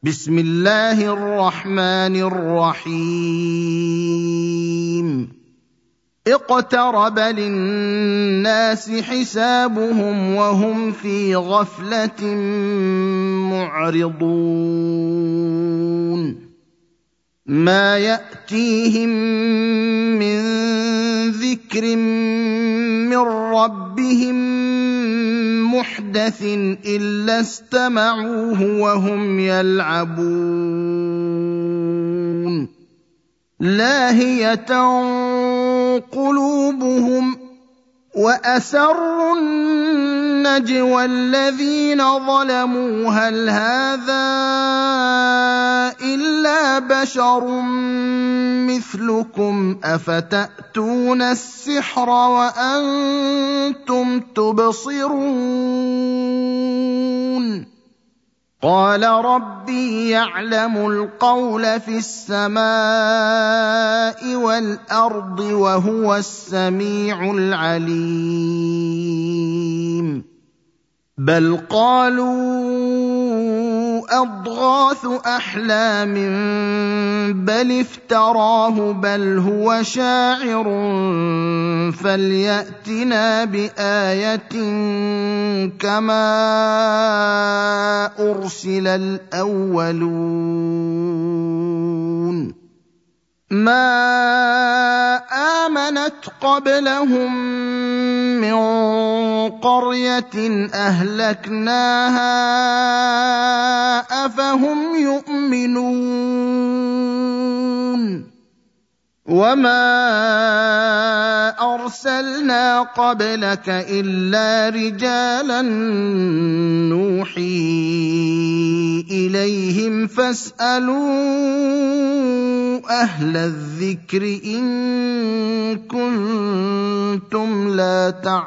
بسم الله الرحمن الرحيم اقترب للناس حسابهم وهم في غفلة معرضون ما يأتيهم من ذكر من ربهم محدث إلا استمعوه وهم يلعبون لاهية قلوبهم وأسروا النجوى الذين ظلموا هل هذا إلا بشر مثلكم أفتأتون السحر وأنتم تبصرون قال ربي يعلم القول في السماء والأرض وهو السميع العليم بل قالوا أضغاث أحلام بل افتراه بل هو شاعر فليأتنا بآية كما أرسل الأولون ما آمنت قبلهم من قرية أهلكناها أفهم يؤمنون وما أرسلنا قبلك إلا رجالا نوحي إليهم فاسألوا أهل الذكر إن كنتم لا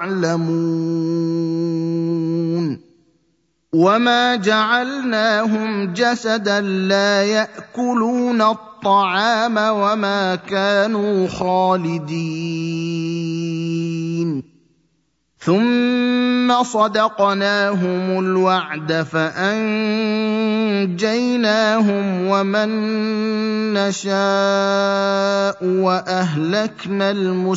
تعلمون وما جعلناهم جسدا لا يأكلون الطعام وما كانوا خالدين ثم صدقناهم الوعد فأنجيناهم ومن نشاء وأهلكنا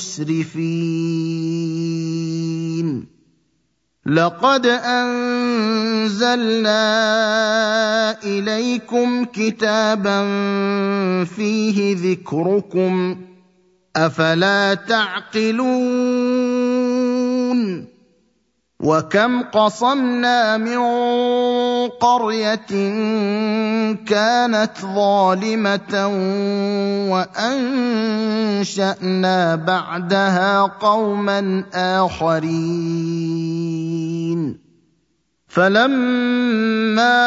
المسرفين لقد أنزلنا إليكم كتابا فيه ذكركم أفلا تعقلون وكم قصمنا من قرية كانت ظالمة وأنشأنا بعدها قوما آخرين فلما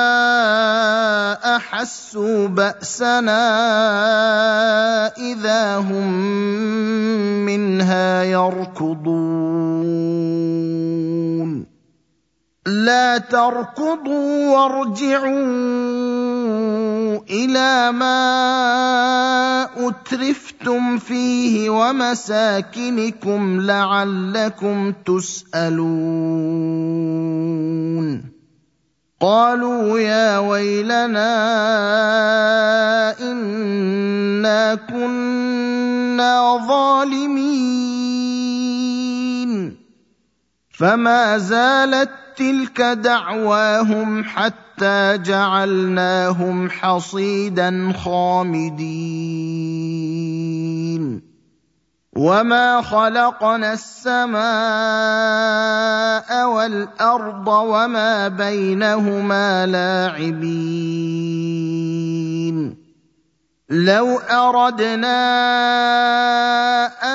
أحسوا بأسنا إذا هم منها يركضون لا تركضوا وارجعوا إلى ما أترفتم فيه ومساكنكم لعلكم تسألون قالوا يا ويلنا إنا كنا ظالمين فما زالت تلك دعواهم حتى جعلناهم حصيدا خامدين وما خلقنا السماء والأرض وما بينهما لاعبين لو أردنا أن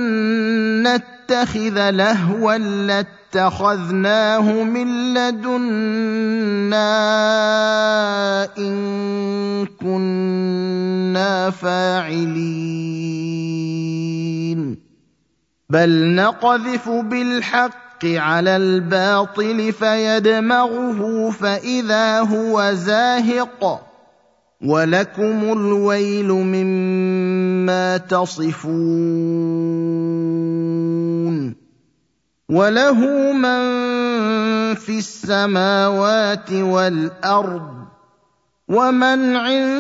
نتخذ لهوا لاتخذناه من لدنا إن كنا فاعلين بل نقذف بالحق على الباطل فيدمغه فإذا هو زاهق ولكم الويل مما تصفون وله من في السماوات والأرض ومن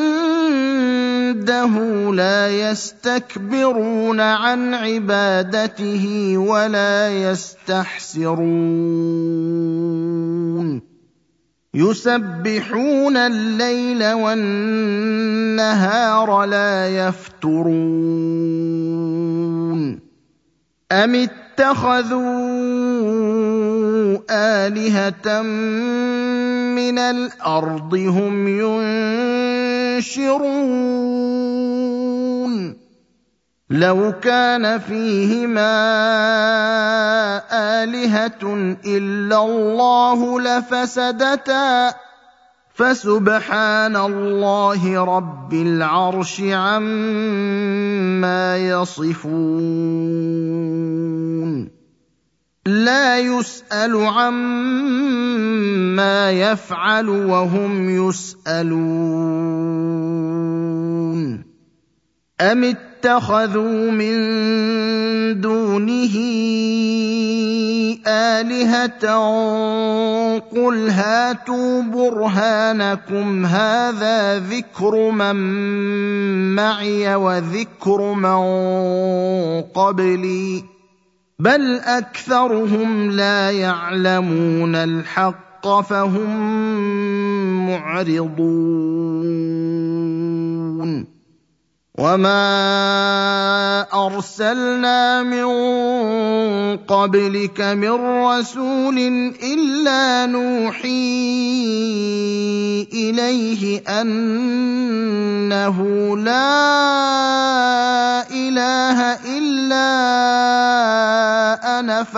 عنده لا يستكبرون عن عبادته ولا يستحسرون يسبحون الليل والنهار لا يفترون أم اتخذوا آلهة من الأرض هم ينشرون لو كان فيهما آلهة إلا الله لفسدتا فسبحان الله رب العرش عما يصفون لا يسأل عما يفعل وهم يسألون أم اتخذوا من دونه آلهة قل هاتوا برهانكم هذا ذكر من معي وذكر من قبلي بل أكثرهم لا يعلمون الحق فهم معرضون وما أرسلنا من قبلك من رسول إلا نوحي إليه أنه لا إله إلا أنا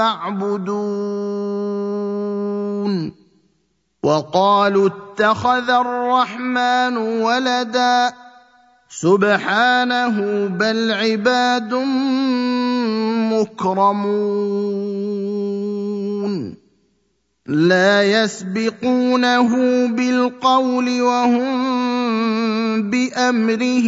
فاعبدون وقالوا اتخذ الرحمن ولدا سبحانه بل عباد مكرمون لا يسبقونه بالقول وهم بأمره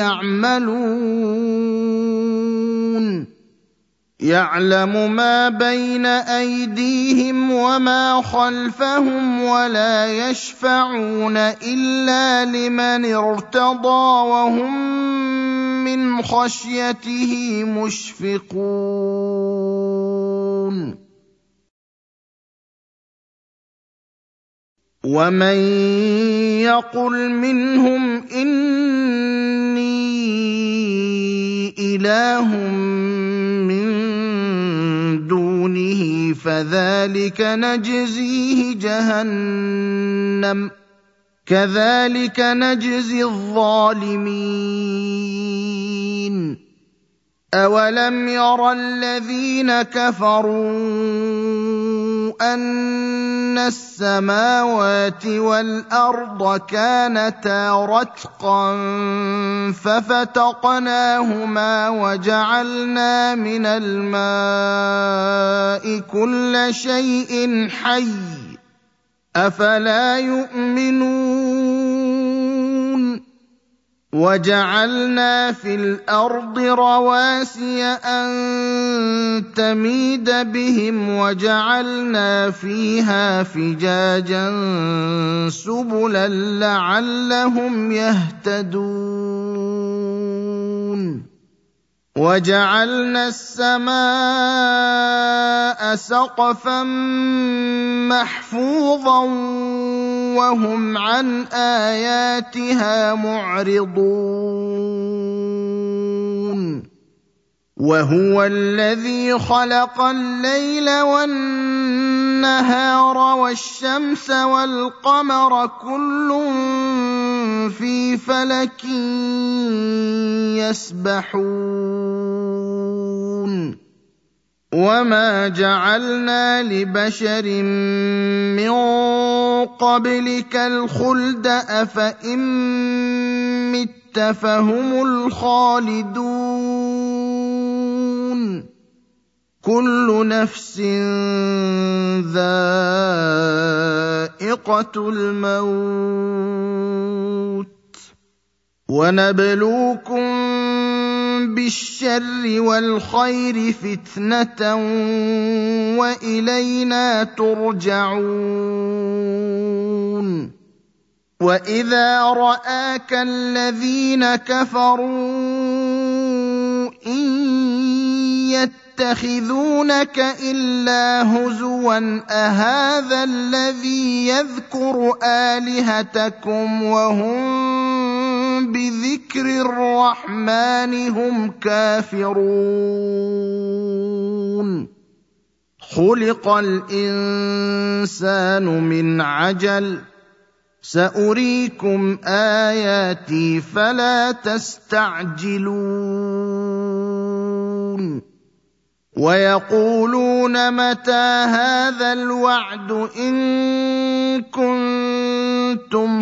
يعملون يعلم ما بين أيديهم وما خلفهم ولا يشفعون إلا لمن ارتضى وهم من خشيته مشفقون ومن يقل منهم إني إله من دونه فذلك نجزيه جهنم كذلك نجزي الظالمين أولم يرى الذين كفروا أن السماوات والأرض كانتا رتقا ففتقناهما وجعلنا من الماء كل شيء حي أفلا يؤمنون وجعلنا في الأرض رواسي أن تميد بهم وجعلنا فيها فجاجا سبلا لعلهم يهتدون وجعلنا السماء سقفا محفوظا وهم عن آياتها معرضون وهو الذي خلق الليل والنهار والشمس والقمر كل في فلك يسبحون وما جعلنا لبشر من قبلك الخلد أفإن مت فهم الخالدون كل نفس ذائقة الموت ونبلوكم بالشر والخير فتنة وإلينا ترجعون وَإِذَا رَآكَ الَّذِينَ كَفَرُوا إِن يَتَّخِذُونَكَ إِلَّا هُزُوًا أَهَٰذَا الَّذِي يَذْكُرُ آلِهَتَكُمْ وَهُم بِذِكْرِ الرَّحْمَٰنِ هُمْ كَافِرُونَ خُلِقَ الْإِنسَانُ مِنْ عَجَلٍ سَأُرِيكُمْ آيَاتِي فَلَا تَسْتَعْجِلُونَ وَيَقُولُونَ مَتَىٰ هَٰذَا الْوَعْدُ إِن كُنتُمْ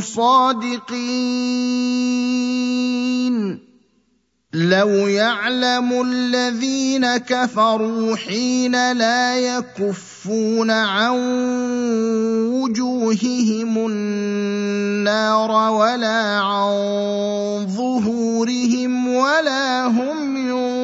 صَادِقِينَ لَوْ يَعْلَمُ الَّذِينَ كَفَرُوا حِينَ لَا يَكُفُّونَ عَن وُجُوهِهِمُ النَّارَ وَلَا عَن ظُهُورِهِمْ وَلَا هُمْ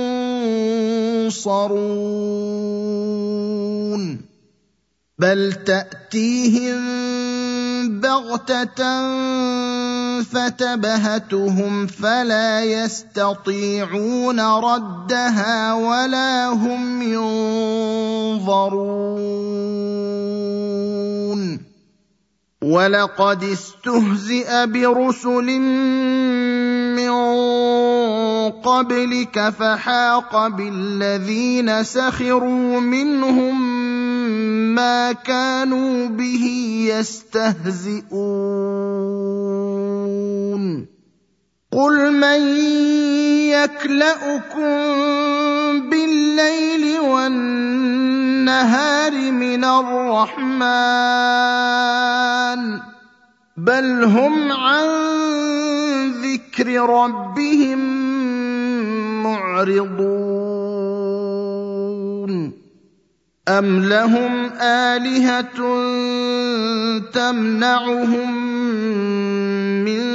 يُنصَرُونَ بَلْ تَأْتِيهِم بَغْتَةً فَتَبْهَتُهُمْ فَلَا يَسْتَطِيعُونَ رَدَّهَا وَلَا هُمْ يُنظَرُونَ وَلَقَدِ اسْتُهْزِئَ بِرُسُلٍ مِّن قَبْلِكَ فَحَاقَ بِالَّذِينَ سَخِرُوا مِنْهُم مَّا كَانُوا بِهِ يَسْتَهْزِئُونَ قُلْ مَن يَكْلَؤُكُم بِاللَّيْلِ وَالنَّهَارِ مِنَ الرَّحْمَٰنِ بَلْ هُمْ عَن ذِكْرِ رَبِّهِم مُّعْرِضُونَ أَمْ لَهُمْ آلِهَةٌ تَمْنَعُهُم مِّن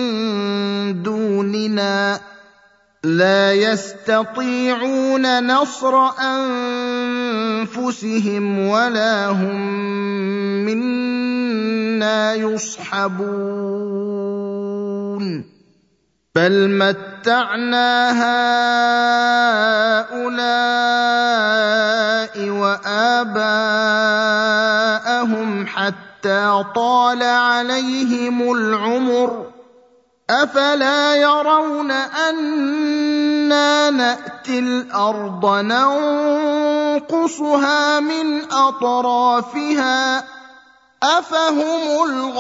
دُونِنَا لَا يَسْتَطِيعُونَ نَصْرَ أَنفُسِهِمْ وَلَا هُم مِّنَّا يُصْحَبُونَ بَلْ مَتَّعْنَا هَٰؤُلَاءِ وَآبَاءَهُمْ حَتَّىٰ طَالَ عَلَيْهِمُ الْعُمُرُ أَفَلَا يَرَوْنَ أَنَّا نَأْتِي الْأَرْضَ نَنقُصُهَا مِنْ أَطْرَافِهَا أَفَهُمُ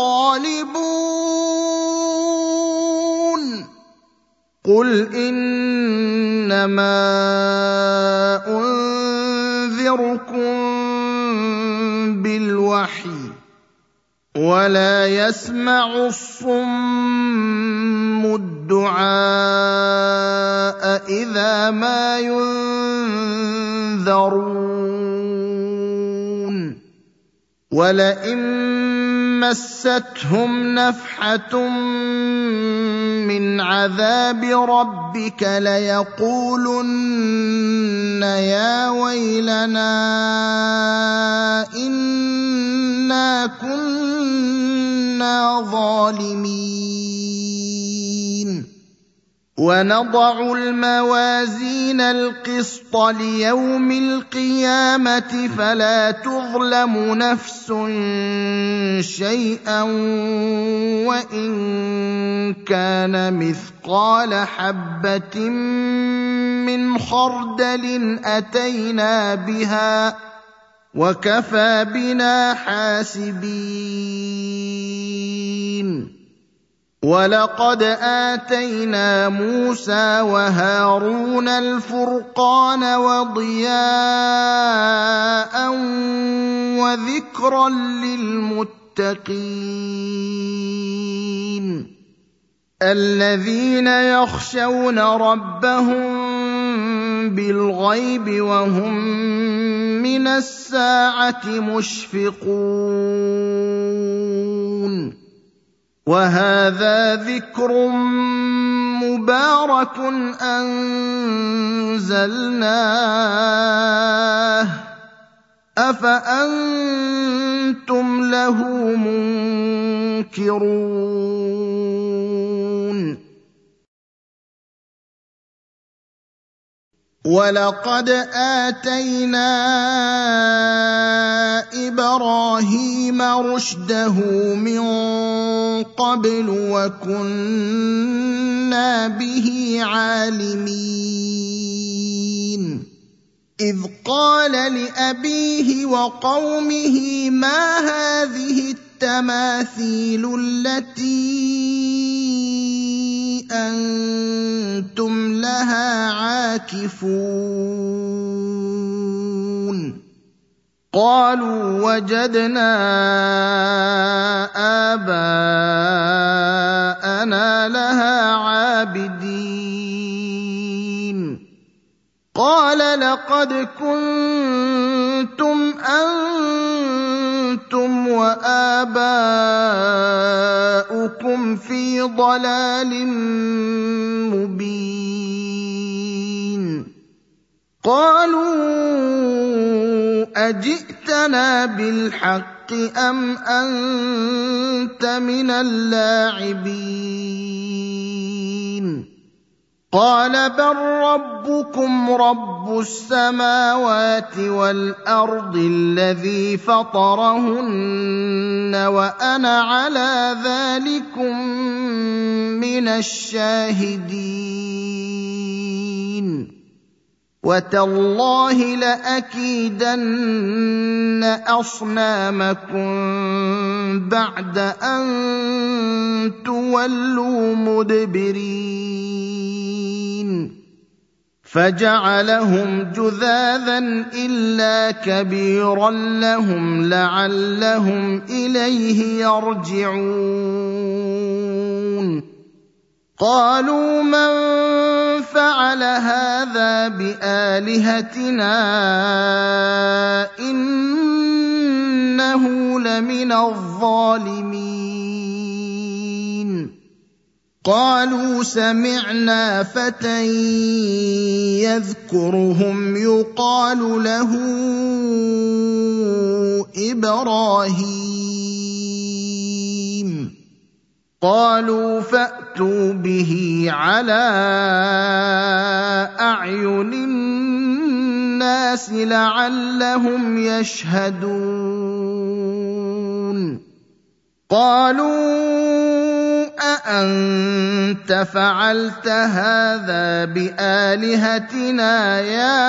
الْغَالِبُونَ قُلْ إِنَّمَا أُنذِرُكُم بِالْوَحْيِ وَلَا يَسْمَعُ الصُّمُّ الدُّعَاءَ إِذَا مَا يُنذَرُونَ وَلَئِن مَّسَّتْهُمْ نَفْحَةٌ مِّنْ عَذَابِ رَبِّكَ لَيَقُولُنَّ يَا وَيْلَنَا إِنَّا كُنَّا ظَالِمِينَ وَنَضَعُ الْمَوَازِينَ الْقِسْطَ لِيَوْمِ الْقِيَامَةِ فَلَا تُظْلَمُ نَفْسٌ شَيْئًا وَإِن كَانَ مِثْقَالَ حَبَّةٍ مِّنْ خَرْدَلٍ أَتَيْنَا بِهَا وَكَفَىٰ بِنَا حَاسِبِينَ وَلَقَدْ آتَيْنَا مُوسَىٰ وَهَارُونَ الْفُرْقَانَ وَضِيَاءً وَذِكْرًا لِّلْمُتَّقِينَ الَّذِينَ يَخْشَوْنَ رَبَّهُم بِالْغَيْبِ وَهُم مِّنَ السَّاعَةِ مُشْفِقُونَ وَهَٰذَا ذِكْرٌ مُّبَارَكٌ أَنزَلْنَاهُ أفأنتم له منكرون ولقد آتينا إبراهيم رشده من قبل وكنا به عالمين إذ قال لأبيه وقومه ما هذه التماثيل التي أنتم لها عاكفون قالوا وجدنا آباءنا لها عابدين قال لقد كنتم أنتم وآباؤكم في ضلال مبين قالوا أجئتنا بالحق أم أنت من اللاعبين قال بل ربكم رب السماوات والأرض الذي فطرهن وأنا على ذلكم من الشاهدين وتالله لأكيدن أصنامكم بعد أن تولوا مدبرين فجعلهم جذاذا إلا كبيرا لهم لعلهم إليه يرجعون قالوا من فعل هذا بآلهتنا إنه لمن الظالمين قالوا سمعنا فتى يذكرهم يقال له إبراهيم قالوا فأتوا به على أعين الناس لعلهم يشهدون قالوا أأنت فعلت هذا بآلهتنا يا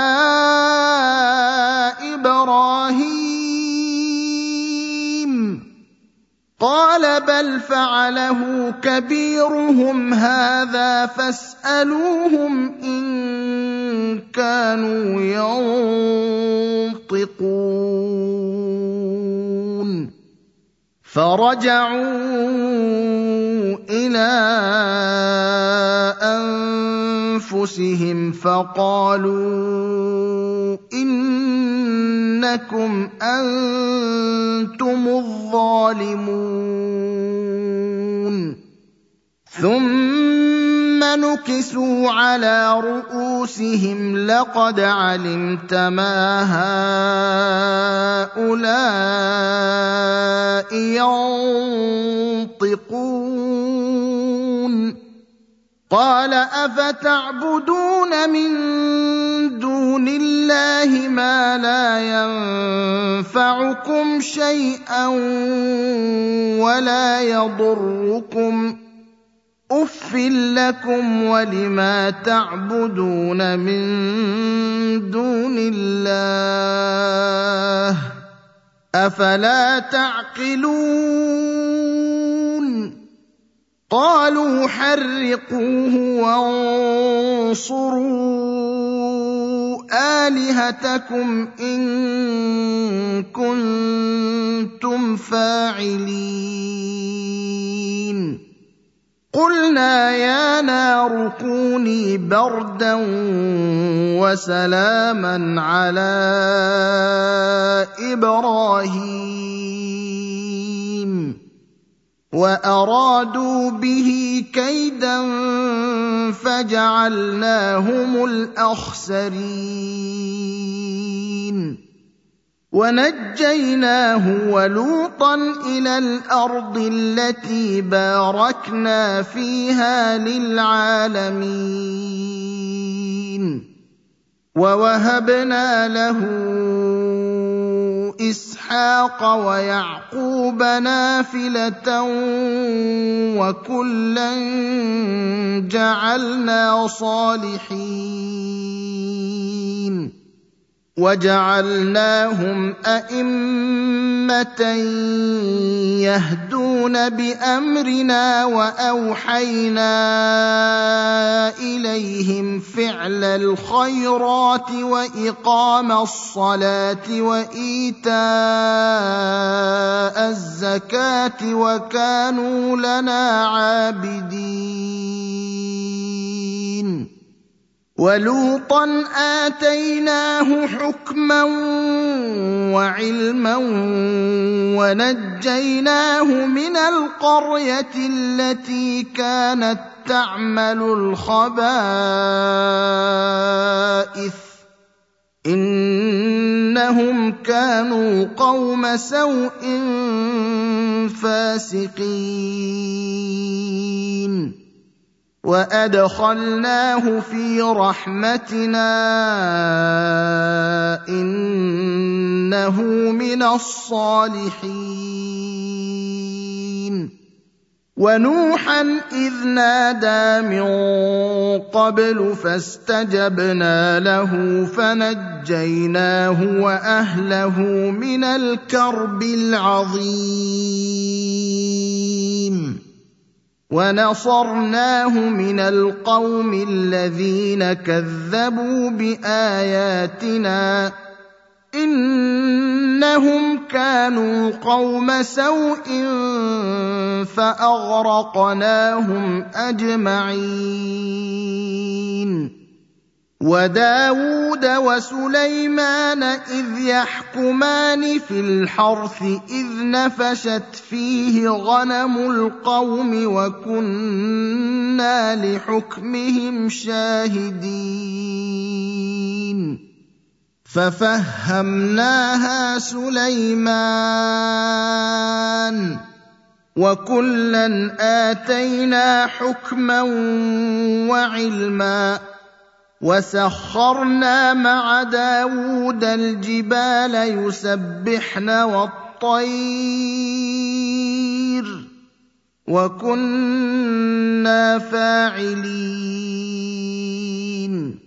إبراهيم قال بل فعله كبيرهم هذا فاسألوهم إن كانوا ينطقون فرجعوا إلى أنفسهم فقالوا إنكم أنتم الظالمون ثم نكسوا على رؤوسهم لقد علمت ما هؤلاء ينطقون قال أفتعبدون من دون الله ما لا ينفعكم شيئا ولا يضركم أف لكم ولما تعبدون من دون الله أفلا تعقلون قالوا حرقوه وانصروا آلهتكم إن كنتم فاعلين قلنا يا نار كوني بردا وسلاما على إبراهيم وأرادوا به كيدا فجعلناهم الأخسرين ونجيناه ولوطا إلى الأرض التي باركنا فيها للعالمين ووهبنا له إسحاق ويعقوب نافلة وكلا جعلنا صالحين وجعلناهم أئمة يهدون بأمرنا وأوحينا إليهم فعل الخيرات وإقام الصلاة وإيتاء الزكاة وكانوا لنا عابدين ولوطا آتيناه حكما وعلما ونجيناه من القرية التي كانت تعمل الخبائث إنهم كانوا قوم سوء فاسقين وأدخلناه في رحمتنا إنه من الصالحين ونوحا إذ نادى من قبل فاستجبنا له فنجيناه وأهله من الكرب العظيم ونصرناه من القوم الذين كذبوا بآياتنا إنهم كانوا قوم سوء فأغرقناهم أجمعين وداود وسليمان إذ يحكمان في الحرث إذ نفشت فيه غنم القوم وكنا لحكمهم شاهدين ففهمناها سليمان وكلا آتينا حكما وعلما وسخرنا مع داود الجبال يسبحن والطير وكنا فاعلين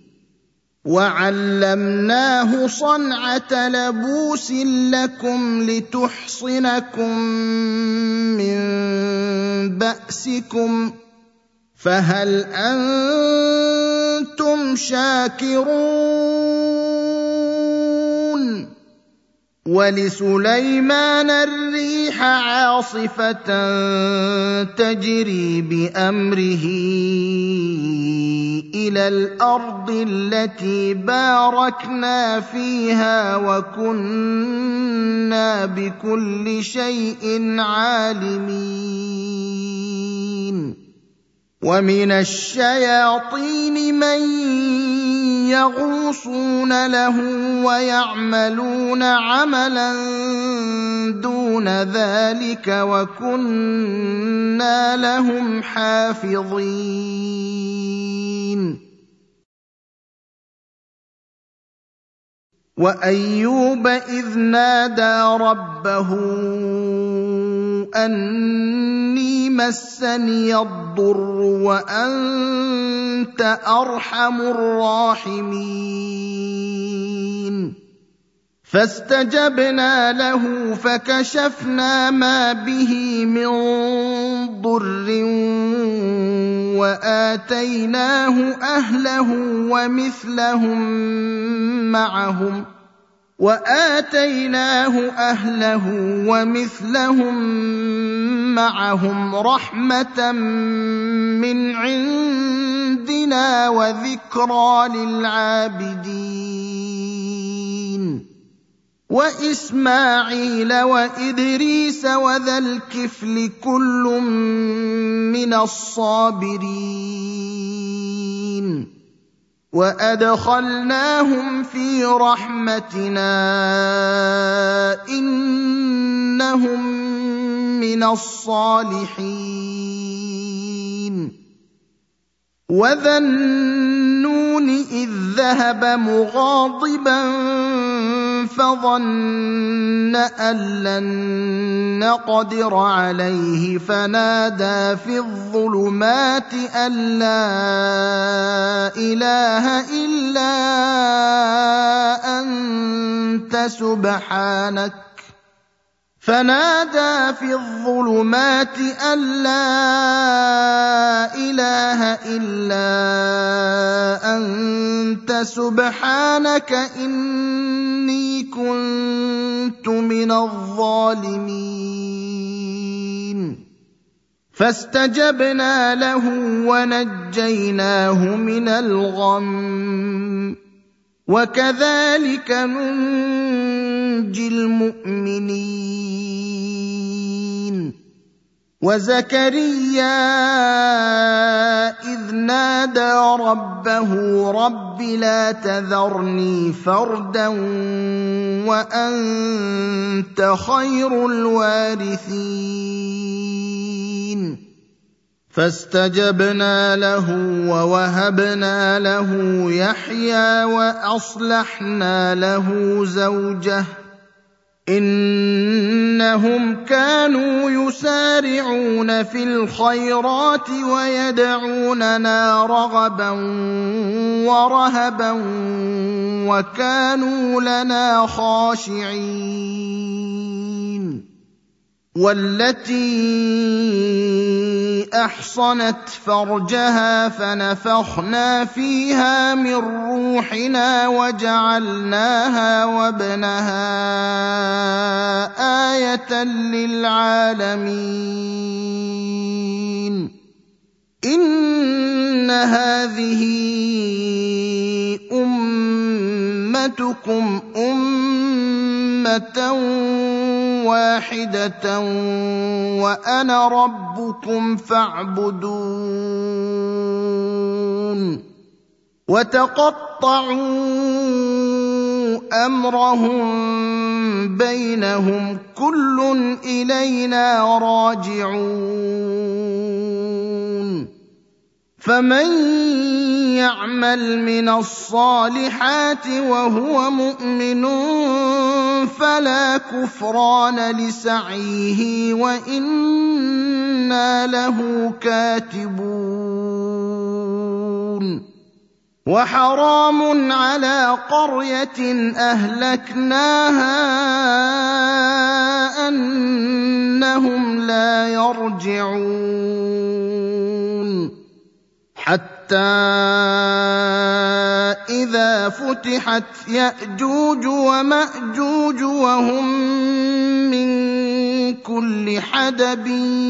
وعلمناه صنعة لبوس لكم لتحصنكم من بأسكم فهل أنتم شاكرون ولسليمان الريح عاصفة تجري بأمره إلى الأرض التي باركنا فيها وكنا بكل شيء عالمين ومن الشياطين من يغوصون له ويعملون عملا دون ذلك وكنا لهم حافظين وأيوب إذ نادى ربه أني مسني الضر وأنت أرحم الراحمين فاستجبنا له فكشفنا ما به من ضر وآتيناه أهله ومثلهم معهم رحمة من عندنا وذكرى للعابدين وإسماعيل وإدريس وذا الكفل كل من الصابرين وأدخلناهم في رحمتنا إنهم من الصالحين وذا النون إذ ذهب مغاضبا فظن أن لن نقدر عليه فنادى في الظلمات أن لا إله إلا أنت سبحانك إني كنت من الظالمين فاستجبنا له ونجيناه من الغم وكذلك ننجي المؤمنين وزكريا إذ نادى ربه رب لا تذرني فردا وأنت خير الوارثين فاستجبنا له ووهبنا له يحيى وأصلحنا له زوجه إنهم كانوا يسارعون في الخيرات ويدعوننا رغبا ورهبا وكانوا لنا خاشعين والتي أحصنت فرجها فنفخنا فيها من روحنا وجعلناها وابنها آية للعالمين إن هذه أمتكم أمة واحدة وأنا ربكم فاعبدون وتقطعوا أمرهم بينهم كل إلينا راجعون فمن يعمل من الصالحات وهو مؤمن فلا كفران لسعيه وإنا له كاتبون وحرام على قرية أهلكناها أنهم لا يرجعون حتى إذا فتحت يأجوج ومأجوج وهم من كل حدب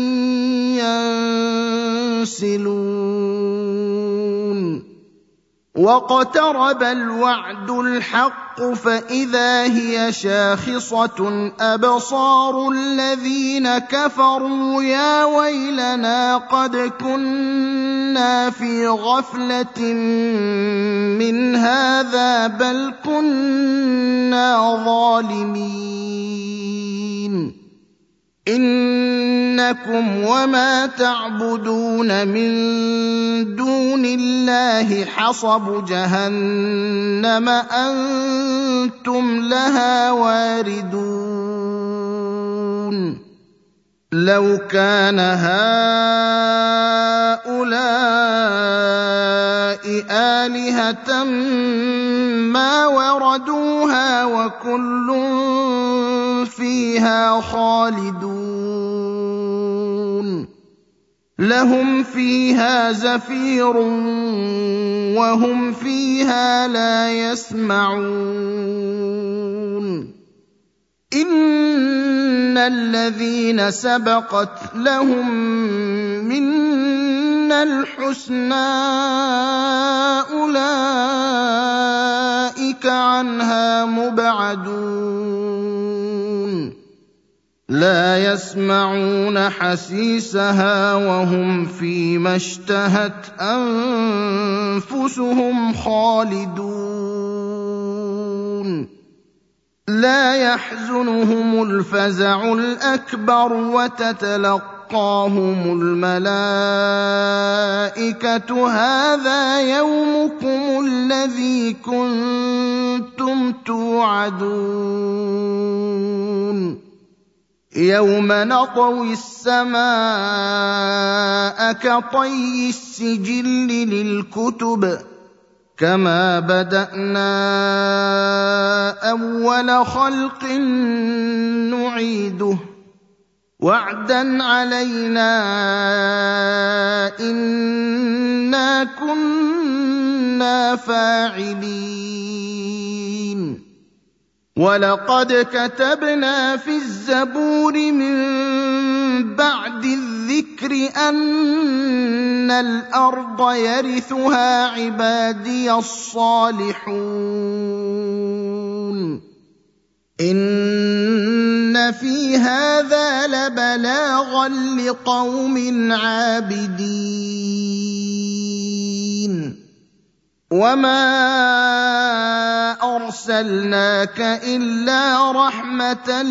ينسلون واقترب الوعد الحق فإذا هي شاخصة أبصار الذين كفروا يا ويلنا قد كنا في غفلة من هذا بل كنا ظالمين إنكم وما تعبدون من دون الله حصب جهنم أنتم لها واردون لو كان هؤلاء آلهة ما وردوها وكل فيها خالدون لهم فيها زفير وهم فيها لا يسمعون إن الذين سبقت لهم منا الحسنى أولئك عنها مبعدون لا يسمعون حسيسها وهم فيما اشتهت أنفسهم خالدون لا يحزنهم الفزع الأكبر وتتلقاهم الملائكة هذا يومكم الذي كنتم توعدون يوم نطوي السماء كطي السجل للكتب كما بدأنا أول خلق نعيده وعدا علينا إنا كنا فاعلين ولقد كتبنا في الزبور من بعد الذكر أن الأرض يرثها عبادي الصالحون إن في هذا لبلاغا لقوم عابدين وما أرسلناك إلا رحمة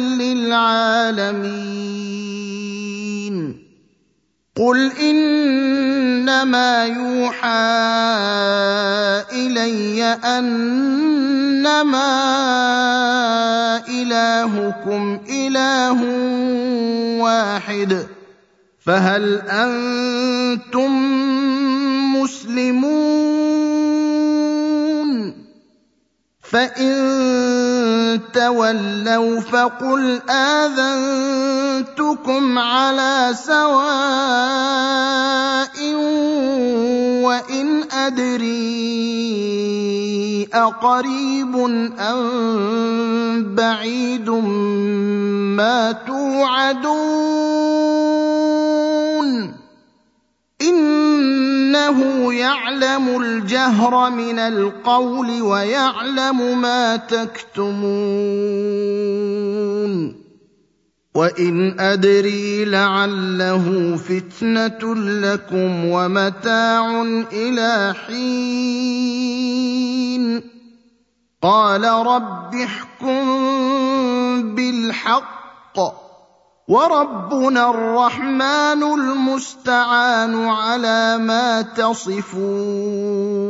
للعالمين قل إنما يوحى إلي أنما إلهكم إله واحد فهل أنتم مسلمون فإن تولوا فقل آذنتكم على سواء وإن أدري أقريب أم بعيد ما توعدون إنه يعلم الجهر من القول ويعلم ما تكتمون وإن أدري لعله فتنة لكم ومتاع إلى حين قال رب احكم بالحق وربنا الرحمن المستعان على ما تصفون